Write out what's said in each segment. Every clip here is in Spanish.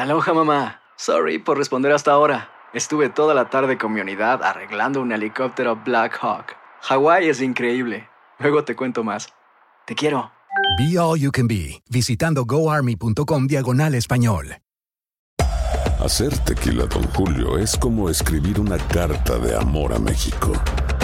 Aloha, mamá. Sorry por responder hasta ahora. Estuve toda la tarde con mi unidad arreglando un helicóptero Black Hawk. Hawái es increíble. Luego te cuento más. Te quiero. Be All You Can Be, visitando goarmy.com/español. Hacer tequila, Don Julio, es como escribir una carta de amor a México.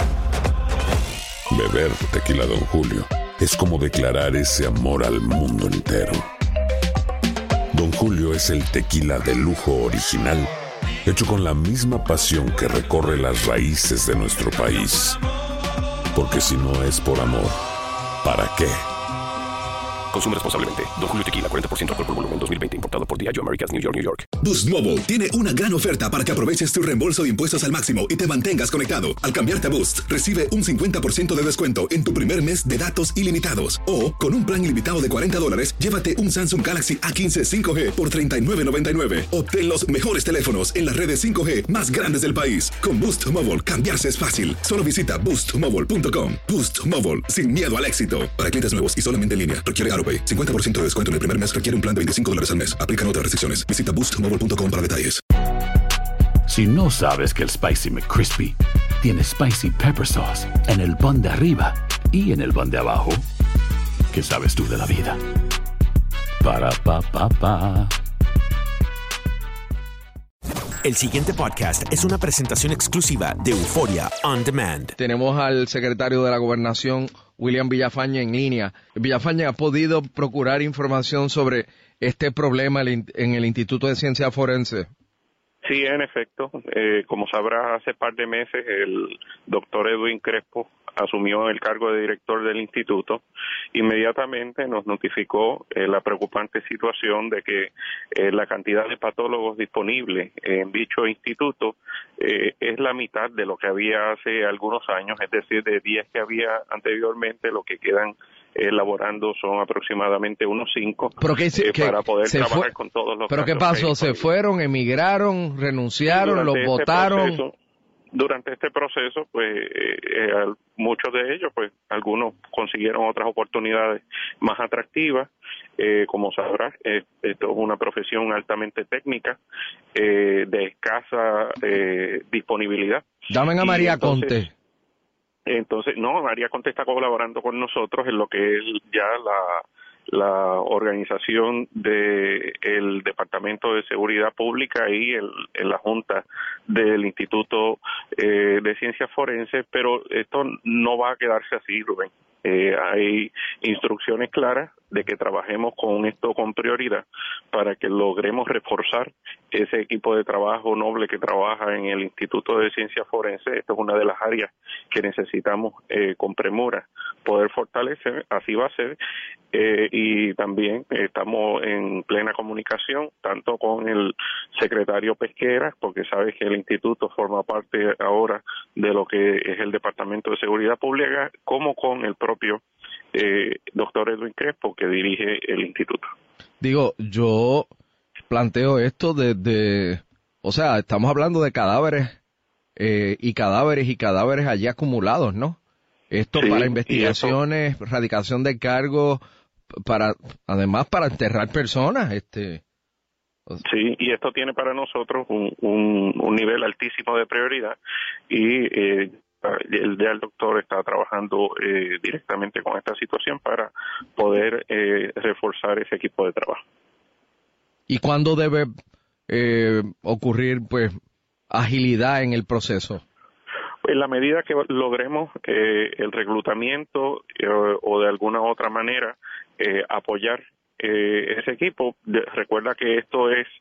Beber tequila, Don Julio, es como declarar ese amor al mundo entero. Don Julio es el tequila de lujo original, hecho con la misma pasión que recorre las raíces de nuestro país. Porque si no es por amor, ¿para qué? Consume responsablemente. Don Julio Tequila, 40% alcohol por volumen, 2020. Importado por Diageo Americas, New York, New York. Boost Mobile tiene una gran oferta para que aproveches tu reembolso de impuestos al máximo y te mantengas conectado. Al cambiarte a Boost, recibe un 50% de descuento en tu primer mes de datos ilimitados. O, con un plan ilimitado de $40, llévate un Samsung Galaxy A15 5G por $39.99. Obtén los mejores teléfonos en las redes 5G más grandes del país. Con Boost Mobile, cambiarse es fácil. Solo visita boostmobile.com. Boost Mobile, sin miedo al éxito. Para clientes nuevos y solamente en línea, requiere AutoPay. 50% de descuento en el primer mes requiere un plan de $25 al mes. Aplican otras restricciones. Visita boostmobile.com para detalles. Si no sabes que el Spicy McCrispy tiene Spicy Pepper Sauce en el pan de arriba y en el pan de abajo, ¿qué sabes tú de la vida? Para, pa, pa, pa. El siguiente podcast es una presentación exclusiva de Euforia On Demand. Tenemos al secretario de la Gobernación, William Villafañe, en línea. Villafañe, ¿ha podido procurar información sobre este problema en el Instituto de Ciencia Forense? Sí, en efecto. Como sabrás, hace par de meses el doctor Edwin Crespo asumió el cargo de director del instituto. Inmediatamente nos notificó la preocupante situación de que la cantidad de patólogos disponibles en dicho instituto es la mitad de lo que había hace algunos años, es decir, de 10 que había anteriormente, lo que quedan laborando son aproximadamente unos 5 para poder trabajar con todos los ¿Pero qué pasó? ¿Se fueron, emigraron, renunciaron, los votaron? Durante este proceso, pues muchos de ellos, pues algunos consiguieron otras oportunidades más atractivas. Como sabrás, esto es una profesión altamente técnica, de escasa disponibilidad. Llamen a María Conte. Entonces, no, María Conte está colaborando con nosotros en lo que es ya la organización del Departamento de Seguridad Pública y en la Junta del Instituto de Ciencias Forenses, pero esto no va a quedarse así, Rubén. Hay instrucciones claras de que trabajemos con esto con prioridad para que logremos reforzar ese equipo de trabajo noble que trabaja en el Instituto de Ciencias Forenses. Esto es una de las áreas que necesitamos con premura poder fortalecer, así va a ser, y también estamos en plena comunicación tanto con el secretario Pesquera, porque sabes que el instituto forma parte ahora de lo que es el Departamento de Seguridad Pública, como con el propio doctor Edwin Crespo, que dirige el instituto. Digo, yo planteo esto o sea, estamos hablando de cadáveres y cadáveres allí acumulados, ¿no? Esto sí, para investigaciones, radicación de cargos, además para enterrar personas, Sí, y esto tiene para nosotros un nivel altísimo de prioridad y el doctor está trabajando directamente con esta situación para poder reforzar ese equipo de trabajo. ¿Y cuándo debe ocurrir, pues, agilidad en el proceso? En la medida que logremos el reclutamiento o de alguna otra manera apoyar ese equipo, recuerda que esto es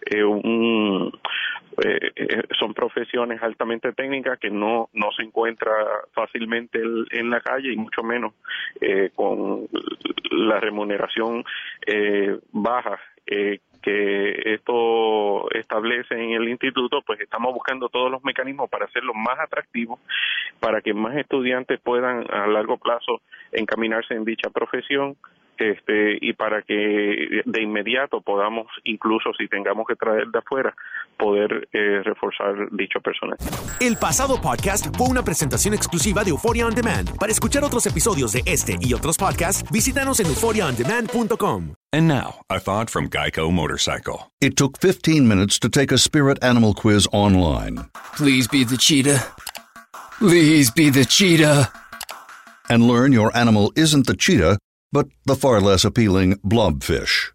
son profesiones altamente técnicas que no se encuentra fácilmente en la calle y mucho menos con la remuneración baja que esto establece en el instituto. Pues estamos buscando todos los mecanismos para hacerlo más atractivo, para que más estudiantes puedan a largo plazo encaminarse en dicha profesión y para que de inmediato podamos, incluso si tengamos que traer de afuera, poder reforzar dicho personal. El pasado podcast fue una presentación exclusiva de Euphoria On Demand. Para escuchar otros episodios de este y otros podcasts, visítanos en euphoriaondemand.com. And now, a thought from Geico Motorcycle. It took 15 minutes to take a spirit animal quiz online. Please be the cheetah. Please be the cheetah. And learn your animal isn't the cheetah, but the far less appealing blobfish.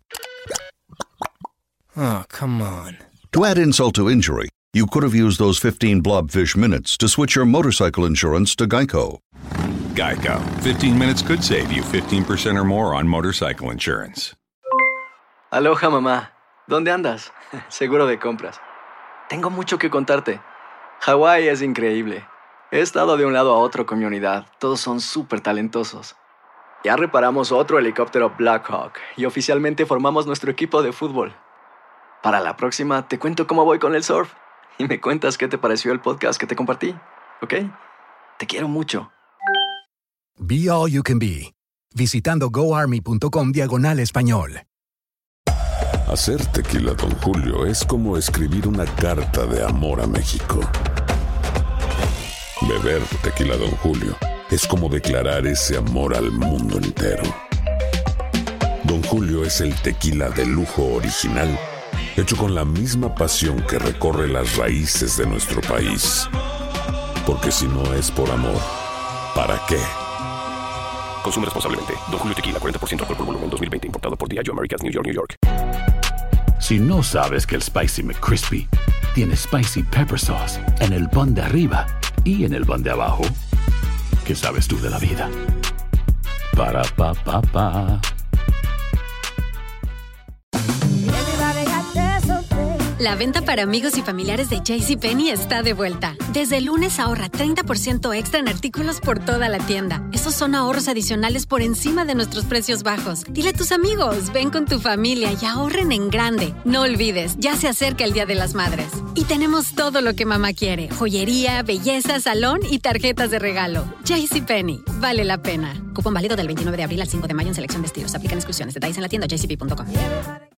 Oh, come on. To add insult to injury, you could have used those 15 blobfish minutes to switch your motorcycle insurance to Geico. Geico. 15 minutes could save you 15% or more on motorcycle insurance. Aloha, mamá. ¿Dónde andas? Seguro de compras. Tengo mucho que contarte. Hawái es increíble. He estado de un lado a otro con mi unidad. Todos son súper talentosos. Ya reparamos otro helicóptero Black Hawk y oficialmente formamos nuestro equipo de fútbol. Para la próxima te cuento cómo voy con el surf y me cuentas qué te pareció el podcast que te compartí, ¿ok? Te quiero mucho. Be All You Can Be, visitando goarmy.com/español. Hacer tequila Don Julio es como escribir una carta de amor a México. Beber tequila Don Julio es como declarar ese amor al mundo entero. Don Julio es el tequila de lujo original, hecho con la misma pasión que recorre las raíces de nuestro país. Porque si no es por amor, ¿para qué? Consume responsablemente. Don Julio Tequila, 40% alcohol por volumen, 2020. Importado por Diageo Americas, New York, New York. Si no sabes que el Spicy McCrispy tiene Spicy Pepper Sauce en el pan de arriba y en el pan de abajo, ¿qué sabes tú de la vida? Para, pa, pa, pa. La venta para amigos y familiares de JCPenney está de vuelta. Desde el lunes ahorra 30% extra en artículos por toda la tienda. Esos son ahorros adicionales por encima de nuestros precios bajos. Dile a tus amigos, ven con tu familia y ahorren en grande. No olvides, ya se acerca el Día de las Madres. Y tenemos todo lo que mamá quiere. Joyería, belleza, salón y tarjetas de regalo. JCPenney, vale la pena. Cupón válido del 29 de abril al 5 de mayo en selección de estilos. Aplican exclusiones. Detalles en la tienda jcp.com.